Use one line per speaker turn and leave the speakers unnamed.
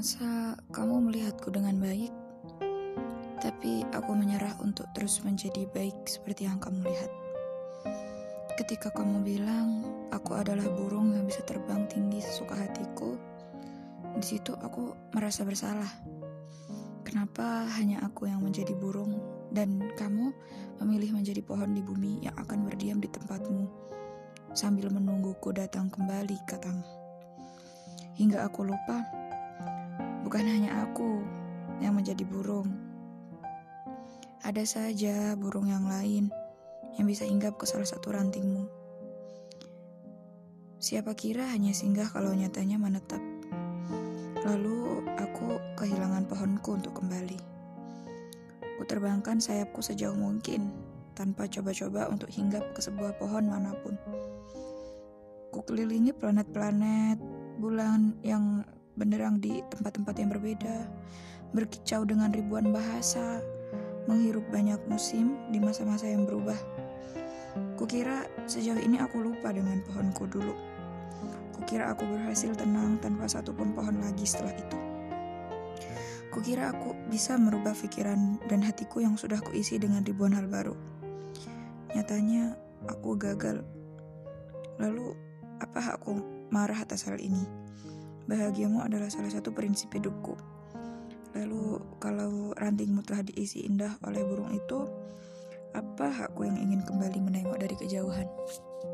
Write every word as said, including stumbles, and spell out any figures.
Masa kamu melihatku dengan baik, tapi aku menyerah untuk terus menjadi baik seperti yang kamu lihat. Ketika kamu bilang aku adalah burung yang bisa terbang tinggi sesuka hatiku, di situ aku merasa bersalah. Kenapa hanya aku yang menjadi burung dan kamu memilih menjadi pohon di bumi yang akan berdiam di tempatmu sambil menungguku datang kembali, katamu. Hingga aku lupa, bukan hanya aku yang menjadi burung. Ada saja burung yang lain yang bisa hinggap ke salah satu rantingmu. Siapa kira hanya singgah kalau nyatanya menetap. Lalu aku kehilangan pohonku untuk kembali. Kuterbangkan sayapku sejauh mungkin tanpa coba-coba untuk hinggap ke sebuah pohon manapun. Kukelilingi planet-planet, bulan yang benderang di tempat-tempat yang berbeda, berkicau dengan ribuan bahasa, menghirup banyak musim di masa-masa yang berubah. Kukira sejauh ini aku lupa dengan pohonku dulu. Kukira aku berhasil tenang tanpa satupun pohon lagi setelah itu. Kukira aku bisa merubah pikiran dan hatiku yang sudah kuisi dengan ribuan hal baru. Nyatanya aku gagal. Lalu apa aku marah atas hal ini? Bahagiamu adalah salah satu prinsip hidupku. Lalu kalau rantingmu telah diisi indah oleh burung itu, apa hakku yang ingin kembali menengok dari kejauhan?